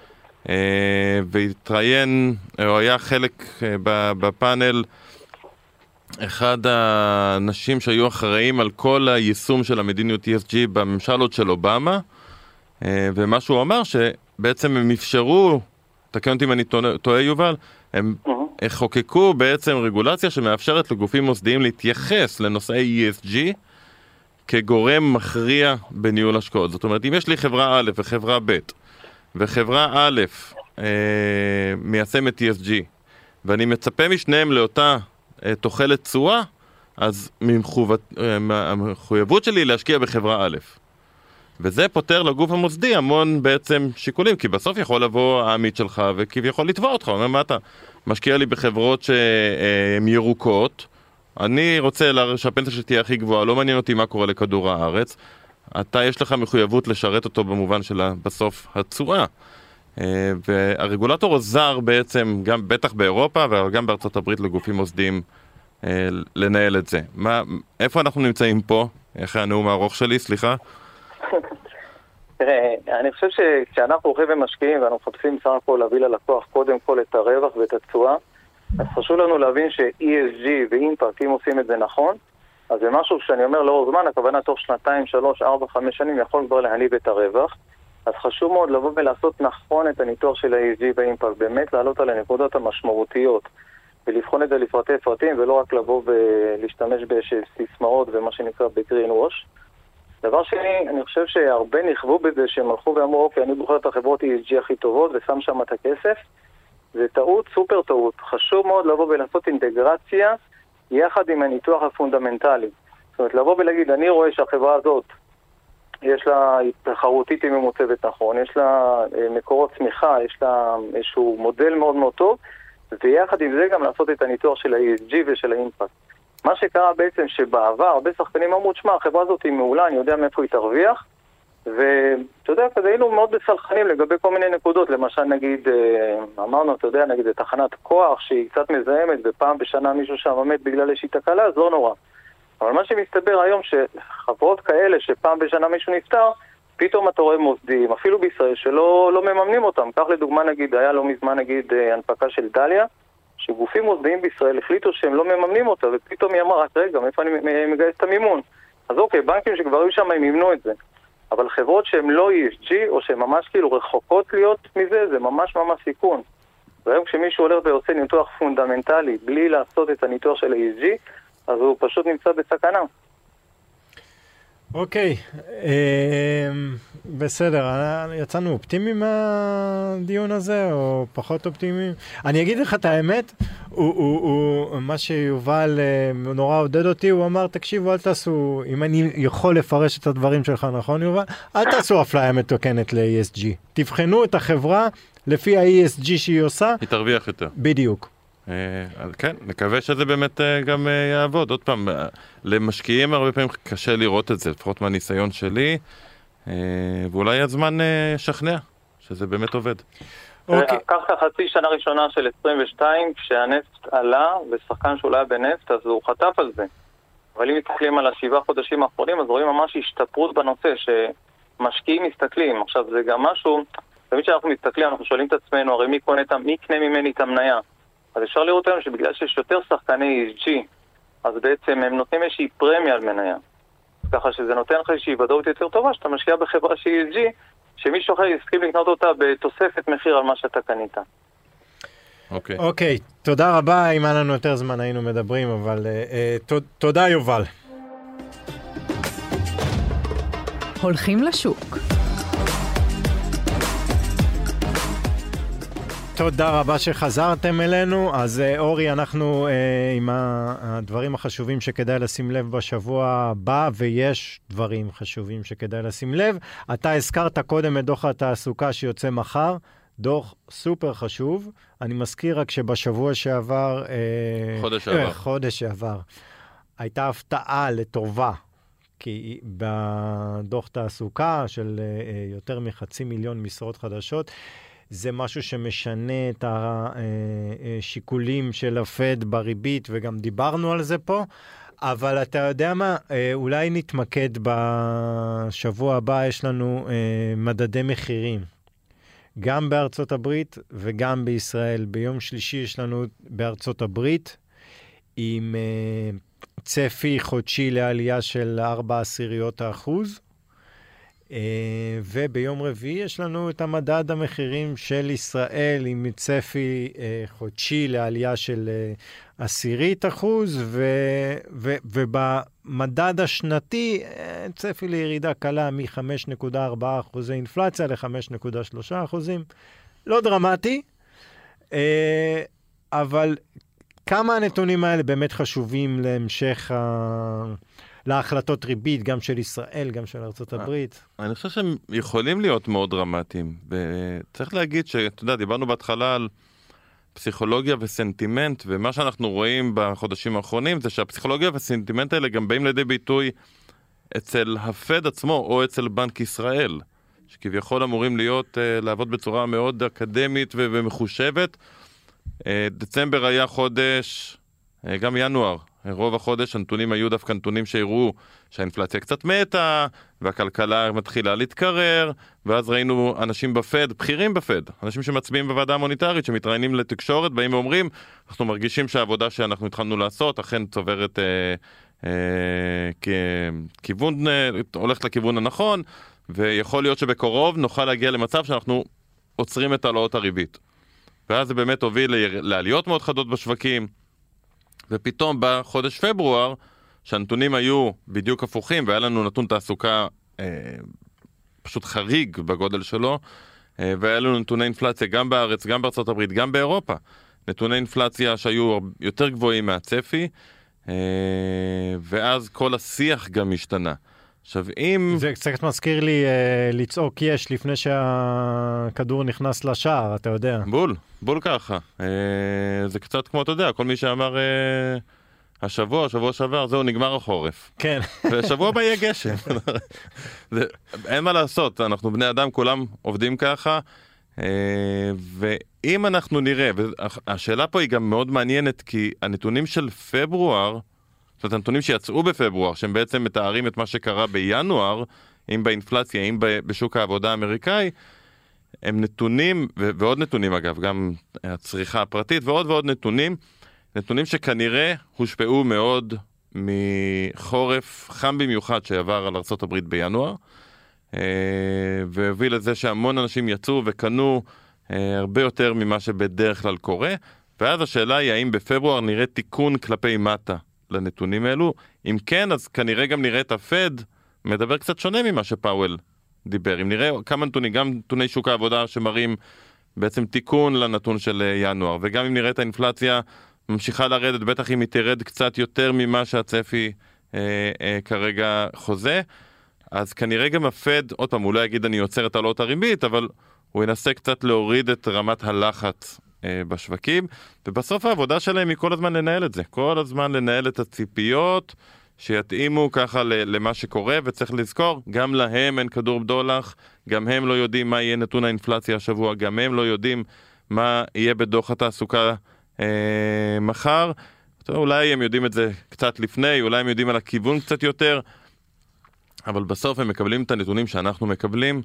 והתראיין, או היה חלק בפאנל, אחד האנשים שהיו אחראים על כל היישום של המדיניות ESG בממשלות של אובמה, ומה שהוא אמר שבעצם הם אפשרו, תקן אותי אם אני טועה יובל, הם חוקקו בעצם רגולציה שמאפשרת לגופים מוסדיים להתייחס לנושאי ESG כגורם מכריע בניהול השקעות. זאת אומרת, אם יש לי חברה א' וחברה ב', וחברה א' מיישמת ESG, ואני מצפה משניהם לאותה תוחלת תשואה, אז המחויבות שלי להשקיע בחברה א'. וזה פותר לגוף המוסדי המון בעצם שיקולים, כי בסוף יכול לבוא העמית שלך וכביכול לתבוע אותך. אומר, מה אתה משקיע לי בחברות שהן ירוקות, אני רוצה שהפנסיה שתהיה הכי גבוהה, לא מעניין אותי מה קורה לכדור הארץ, אתה יש לך מחויבות לשרת אותו במובן של בסוף התשואה. והרגולטור עוזר בעצם, גם בטח באירופה וגם בארצות הברית לגופים מוסדיים לנהל את זה. איפה אנחנו נמצאים פה? איך הנאום הארוך שלי, סליחה? תראה, אני חושב שכשאנחנו הולכים ומשקיעים ואנחנו מחפשים סך הכל להביא ללקוח קודם כל את הרווח ואת התשואה, אז חשוב לנו להבין ש-ESG ואימפקט, אם עושים את זה נכון, אז זה משהו שאני אומר לאור זמן, הכוונה תוך 2, 3, 4, 5 שנים יכול כבר להניב את הרווח. אז חשוב מאוד לבוא ולעשות נכון את הניתוח של ה-ESG והאימפקט, באמת לעלות על הנקודות המשמעותיות ולבחון את זה לפרטי פרטים, ולא רק לבוא ולהשתמש בסיסמאות ומה שנקרא בגרין ווש. דבר שני, אני חושב שהרבה נכוו בזה שהם הלכו ואמרו, אוקיי, אני בוחר את החברות ESG הכי טובות ושם שם את הכסף. זה טעות, סופר טעות. חשוב מאוד לבוא ולעשות אינטגרציה יחד עם הניתוח הפונדמנטלי. זאת אומרת, לבוא ולהגיד, אני רואה שהחברה הזאת יש לה תחרותית עם ממוצבת נכון, יש לה מקורות צמיחה, יש לה איזשהו מודל מאוד מאוד טוב, ויחד עם זה גם לעשות את הניתוח של ה-ESG ושל האימפקט. מה שקרה בעצם שבעבר, הרבה שחקנים אמרו, שמה, החברה הזאת היא מעולה, אני יודע מאיפה היא תרוויח, ואתה יודע, כזה היינו מאוד בסלחנים לגבי כל מיני נקודות, למשל נגיד, אמרנו, אתה יודע, נגיד, תחנת כוח שהיא קצת מזהמת, ופעם בשנה מישהו שם עומד בגלל איזושהי תקלה, אז לא נורא. אבל מה שמסתבר היום שחברות כאלה שפעם בשנה מישהו נפטר, פתאום אתה רואה מוסדים, אפילו בישראל, שלא מממנים אותם. כך לדוגמה נגיד, היה לא מזמן נגיד הנפקה של דליה, שגופים מוסדיים בישראל החליטו שהם לא מממנים אותה, ופתאום היא אמרה, רגע, מאיפה אני מגייס את המימון? אז אוקיי, בנקים שכבר היו שם הם ימנו את זה. אבל חברות שהן לא ESG, או שהן ממש כאילו רחוקות להיות מזה, זה ממש ממש סיכון. והיום כשמישהו הולך ועושה ניתוח פונדמנטלי, בלי לעשות את הניתוח של ה-ESG, אז הוא פשוט נמצא בסכנה. אוקיי, בסדר, יצאנו אופטימיים מהדיון הזה, או פחות אופטימיים? אני אגיד לך את האמת, מה שיובל נורא עודד אותי, הוא אמר, תקשיבו, אל תעשו, אם אני יכול לפרש את הדברים שלך, נכון יובל? אל תעשו אפליה מתוקנת ל-ESG. תבחנו את החברה לפי ה-ESG שהיא עושה. היא תרוויח יותר. בדיוק. כן, נקווה שזה באמת גם יעבוד. עוד פעם, למשקיעים הרבה פעמים קשה לראות את זה, לפחות מהניסיון שלי, ואולי הזמן שכנע שזה באמת עובד. קח את החצי שנה ראשונה של 22, כשהנפט עלה, ושחקן שהוא עלה בנפט, אז הוא חטף על זה. אבל אם מסתכלים על 7 חודשים האחרונים, אז רואים ממש השתפרות בנושא, שמשקיעים מסתכלים. עכשיו, זה גם משהו, תמיד שאנחנו מסתכלים, אנחנו שואלים את עצמנו, הרי מי קנה ממני את המניה? אז אפשר לראות היום שבגלל שיש יותר שחקני ESG, אז בעצם הם נותנים איזושהי פרמיה על מניה. ככה שזה נותן לך איזושהי ודאות יותר טובה, שאתה משקיע בחברה שהיא ESG, שמישהו אחר יסכים לקנות אותה בתוספת מחיר על מה שאתה קנית. אוקיי, תודה רבה. אם היה לנו יותר זמן היינו מדברים, אבל תודה יובל. הולכים לשוק. תודה רבה שחזרתם אלינו. אז אורי, אנחנו עם הדברים החשובים שכדאי לשים לב בשבוע הבא, ויש דברים חשובים שכדאי לשים לב. אתה הזכרת קודם את דוח התעסוקה שיוצא מחר, דוח סופר חשוב. אני מזכיר רק שבשבוע שעבר, חודש שעבר, הייתה הפתעה לטובה, כי בדוח תעסוקה של יותר מ500,000 משרות חדשות, זה משהו שמשנה את השיקולים של הפד בריבית, וגם דיברנו על זה פה, אבל אתה יודע מה, אולי נתמקד בשבוע הבא, יש לנו מדדי מחירים. גם בארצות הברית וגם בישראל. ביום שלישי יש לנו בארצות הברית עם צפי חודשי לעלייה של 0.4%, וביום רביעי יש לנו את המדד המחירים של ישראל עם צפי חודשי לעלייה של 0.1%, ובמדד השנתי צפי לירידה קלה מ-5.4% אינפלציה ל-5.3%. לא דרמטי, אבל כמה הנתונים האלה באמת חשובים להמשך להחלטות ריבית, גם של ישראל, גם של ארצות הברית? אני חושב שהם יכולים להיות מאוד דרמטיים, וצריך להגיד שאתה יודע, דיברנו בהתחלה על פסיכולוגיה וסנטימנט, ומה שאנחנו רואים בחודשים האחרונים זה שהפסיכולוגיה והסנטימנט האלה גם באים לידי ביטוי אצל הפד עצמו או אצל בנק ישראל, שכביכול אמורים לעבוד בצורה מאוד אקדמית ומחושבת. דצמבר היה חודש, גם ינואר, רוב החודש הנתונים היו דווקא נתונים שהראו שהאינפלציה קצת מתה, והכלכלה מתחילה להתקרר, ואז ראינו אנשים בפד, בכירים בפד, אנשים שמצביעים בוועדה המוניטרית, שמתראיינים לתקשורת, באים ואומרים, אנחנו מרגישים שהעבודה שאנחנו התחלנו לעשות, אכן צוברת כיוון, הולכת לכיוון הנכון, ויכול להיות שבקרוב נוכל להגיע למצב שאנחנו עוצרים את העלאות הריבית. ואז זה באמת הוביל לעליות מאוד חדות בשווקים, ופתאום בחודש פברואר, שהנתונים היו בדיוק הפוכים, והיה לנו נתון תעסוקה פשוט חריג בגודל שלו, והיה לנו נתוני אינפלציה גם בארץ, גם בארצות הברית, גם באירופה. נתוני אינפלציה שהיו יותר גבוהים מהצפי, ואז כל השיח גם השתנה. עכשיו, אם... זה קצת מזכיר לי לצעוק יש לפני שהכדור נכנס לשער, אתה יודע. בול ככה. זה קצת כמו, אתה יודע, כל מי שאמר השבוע שעבר, זהו, נגמר החורף. כן. ושבוע הבא יהיה גשם. אין מה לעשות, אנחנו בני אדם, כולם עובדים ככה, ואם אנחנו נראה, והשאלה פה היא גם מאוד מעניינת, כי הנתונים של פברואר, זאת אומרת, הנתונים שיצאו בפברואר, שהם בעצם מתארים את מה שקרה בינואר, אם באינפלציה, אם בשוק העבודה האמריקאי, הם נתונים, ועוד נתונים אגב, גם הצריכה הפרטית ועוד נתונים שכנראה הושפעו מאוד מחורף חם במיוחד שעבר על ארצות הברית בינואר, והביא לזה שהמון אנשים יצאו וקנו הרבה יותר ממה שבדרך כלל קורה, ואז השאלה היא האם בפברואר נראה תיקון כלפי מטה לנתונים האלו. אם כן, אז כנראה גם נראה את הפד מדבר קצת שונה ממה שפאוול דיבר. אם נראה כמה נתונים, גם נתוני שוק העבודה שמראים בעצם תיקון לנתון של ינואר, וגם אם נראה את האינפלציה ממשיכה לרדת, בטח אם היא תרד קצת יותר ממה שהצפי כרגע חוזה, אז כנראה גם הפד, עוד פעם, הוא לא יגיד אני יוצר את העלות הריבית, אבל הוא ינסה קצת להוריד את רמת הלחץ בשווקים, ובסוף העבודה שלהם היא כל הזמן לנהל את זה, כל הזמן לנהל את הציפיות שיתאימו ככה למה שקורה, וצריך לזכור, גם להם אין כדור בדולח, גם הם לא יודעים מה יהיה נתון האינפלציה השבוע, גם הם לא יודעים מה יהיה בדוח התעסוקה מחר. אולי הם יודעים את זה קצת לפני, אולי הם יודעים על הכיוון קצת יותר, אבל בסוף הם מקבלים את הנתונים שאנחנו מקבלים,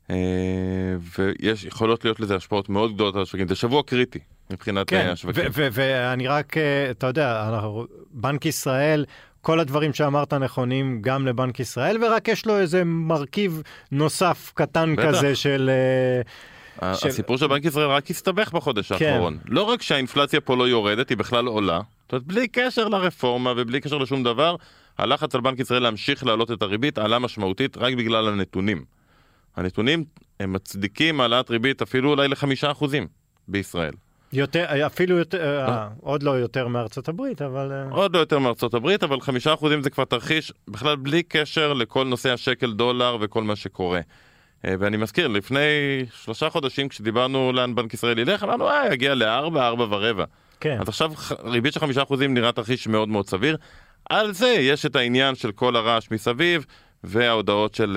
ויש יכולות להיות לזה השפעות מאוד גדולות על השווקים. זה שבוע קריטי מבחינת השווקים. ואני רק, אתה יודע, בנק ישראל, כל הדברים שאמרת נכונים גם לבנק ישראל, ורק יש לו איזה מרכיב נוסף קטן כזה של... הסיפור של בנק ישראל רק הסתבך בחודש האחרון. לא רק שהאינפלציה פה לא יורדת, היא בכלל עולה. זאת אומרת, בלי קשר לרפורמה ובלי קשר לשום דבר, הלחץ על בנק ישראל להמשיך להעלות את הריבית עלה משמעותית רק בגלל הנתונים. הנתונים הם מצדיקים העלאת ריבית אפילו אולי ל5% בישראל. אפילו יותר, עוד לא יותר מארצות הברית, אבל... עוד לא יותר מארצות הברית, אבל 5% זה כבר תרחיש בכלל בלי קשר לכל נושא השקל דולר וכל מה שקורה. ואני מזכיר, לפני 3 חודשים כשדיברנו לאן בנק ישראל ילך, אמרנו, יגיע ל4, 4.25. כן. אז עכשיו ריבית של 5% נראה תרחיש מאוד מאוד סביר. על זה יש את העניין של כל הרעש מסביב, וההודעות של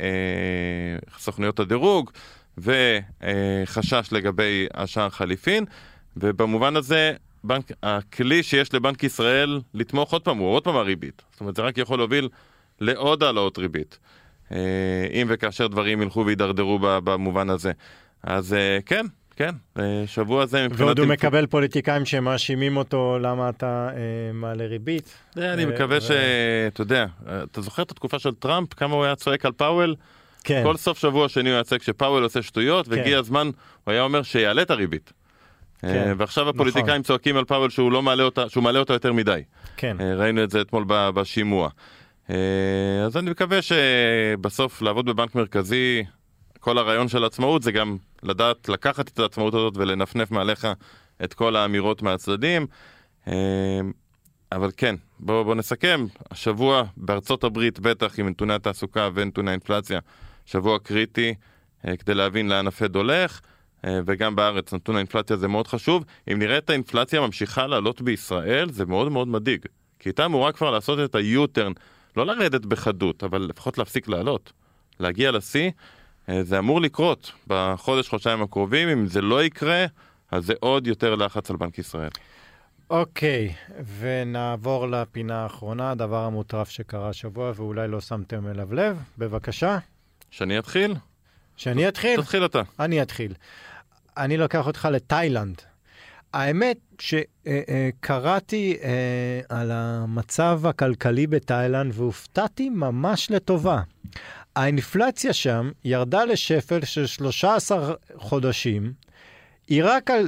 סוכנויות הדירוג, וחשש לגבי השער חליפין, ובמובן הזה, הכלי שיש לבנק ישראל לתמוך עוד פעם, הוא עוד פעם הריבית. זאת אומרת, זה רק יכול להוביל לעוד העלאות ריבית. אם וכאשר דברים ילכו וידרדרו במובן הזה. אז כן, שבוע הזה מבחינת... ועוד הוא מקבל פוליטיקאים שמאשימים אותו למה אתה מעלה ריבית. אני מקווה אתה יודע, אתה זוכר את התקופה של טראמפ, כמה הוא היה צועק על פאוול? כן. כל סוף שבוע שני הוא יצא כשפאוול עושה שטויות, והגיע הזמן, הוא היה אומר שיעלה את הריבית. ועכשיו הפוליטיקאים צועקים על פאוול שהוא מעלה אותה יותר מדי. כן. ראינו את זה אתמול בשימוע. אז אני מקווה שבסוף לעבוד בבנק מרכזי, כל הרעיון של עצמאות זה גם לדעת לקחת את העצמאות הזאת ולנפנף מעליך את כל האמירות מהצדדים. אבל כן, בוא נסכם. השבוע בארצות הברית בטח עם נתוני התעסוקה ונתוני האינפלציה, שבוע קריטי כדי להבין לאן הפד הולך, וגם בארץ נתון האינפלציה זה מאוד חשוב. אם נראה את האינפלציה ממשיכה לעלות בישראל, זה מאוד מאוד מדאיג. כי הייתה אמורה כבר לעשות את ה-U-turn, לא לרדת בחדות, אבל לפחות להפסיק לעלות. להגיע לשיא, זה אמור לקרות בחודש-חודשיים הקרובים. אם זה לא יקרה, אז זה עוד יותר לחץ על בנק ישראל. אוקיי, ונעבור לפינה האחרונה, הדבר המוטרף שקרה השבוע, ואולי לא שמתם אליו לב. בבקשה. שאני אתחיל? שאני אתחיל? תתחיל אתה. אני אתחיל. אני לוקח אותך לתאילנד. האמת שקראתי על המצב הכלכלי בתאילנד והופתעתי ממש לטובה. האינפלציה שם ירדה לשפל של 13 חודשים, היא רק על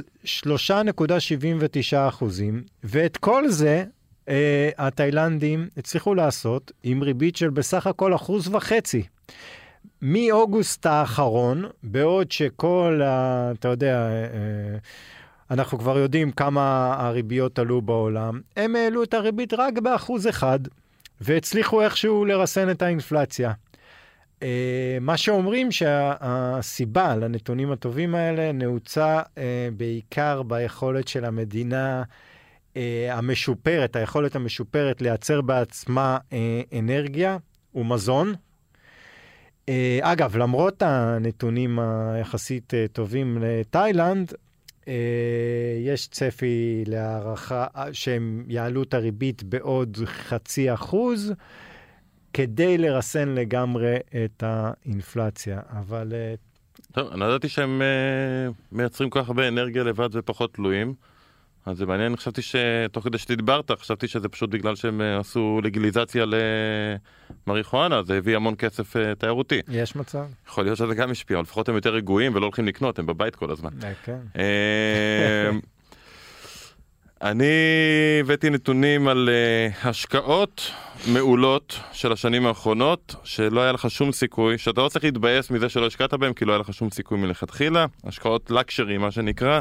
3.79%, ואת כל זה התאילנדים הצליחו לעשות עם ריבית של בסך הכל 1.5%. מאוגוסט האחרון, בעוד שכל, אתה יודע, אנחנו כבר יודעים כמה הריביות עלו בעולם, הם העלו את הריבית רק ב1%, והצליחו איכשהו לרסן את האינפלציה. מה שאומרים שהסיבה לנתונים הטובים האלה נעוצה בעיקר ביכולת של המדינה המשופרת, היכולת המשופרת לייצר בעצמה אנרגיה ומזון. אגב, למרות הנתונים היחסית טובים לתאילנד, יש צפי להערכה שהם יעלו את הריבית בעוד 0.5%, כדי לרסן לגמרי את האינפלציה. אבל... טוב, אני ידעתי שהם מייצרים כל כך הרבה אנרגיה לבד ופחות תלויים. אז זה מעניין, חשבתי שתוך כדי שתדברת, חשבתי שזה פשוט בגלל שהם עשו לגיליזציה למריחואנה, זה הביא המון כסף תיירותי. יש מצב. יכול להיות שזה גם השפיע, אבל לפחות הם יותר רגועים ולא הולכים לקנות, הם בבית כל הזמן. כן. אני הבאתי נתונים על השקעות מעולות של השנים האחרונות, שלא היה לך שום סיכוי, שאתה לא צריך להתבאס מזה שלא השקעת בהם, כי לא היה לך שום סיכוי מלכתחילה, השקעות לקשרי, מה שנקרא,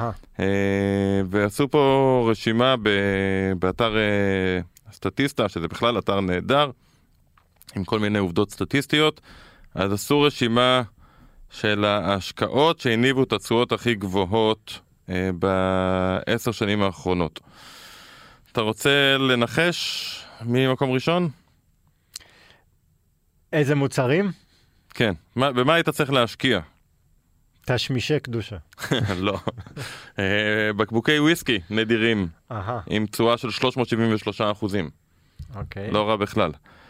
ועשו פה רשימה באתר סטטיסטה, שזה בכלל אתר נהדר, עם כל מיני עובדות סטטיסטיות, אז עשו רשימה של ההשקעות שהניבו את התשואות הכי גבוהות, ב10 שנים האחרונות. אתה רוצה לנחש ממקום ראשון? איזה מוצרים? כן. במה היית צריך להשקיע? תשמישי קדושה. לא. בקבוקי וויסקי נדירים, עם תשואה של 373%. אוקיי. לא רע בכלל.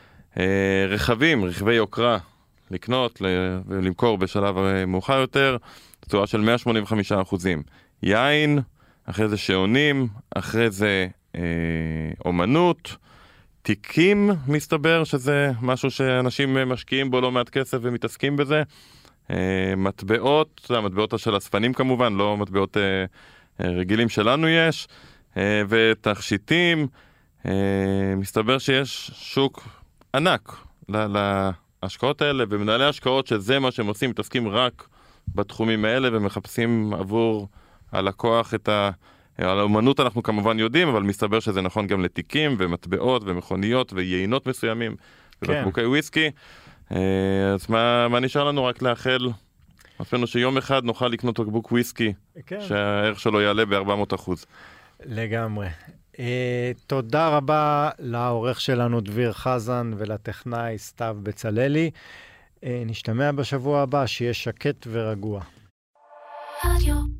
רכבי יוקרה, לקנות ולמכור בשלב מאוחר יותר, תשואה של 185%. יין, אחרי זה שעונים, אחרי זה אומנות, תיקים, מסתבר שזה משהו שאנשים משקיעים בו לא מעט כסף ומתעסקים בזה. מטבעות, המטבעות של הספנים כמובן, לא מטבעות רגילים שלנו יש, ותכשיטים. מסתבר שיש שוק ענק להשקעות האלה, ומנהלי השקעות שזה מה שהם עושים, מתעסקים רק בתחומים האלה ומחפשים עבור הלקוח את על האומנות אנחנו כמובן יודעים, אבל מסתבר שזה נכון גם לתיקים ומטבעות ומכוניות ויינות מסוימים ובקבוקי וויסקי. אז מה נשאר לנו? רק לאחל אפילו שיום אחד נוכל לקנות בקבוק וויסקי שהערך שלו יעלה ב-400%. לגמרי. תודה רבה לעורך שלנו דביר חזן ולטכנאי סתיו בצללי. נשתמע בשבוע הבא, שיהיה שקט ורגוע. רדיו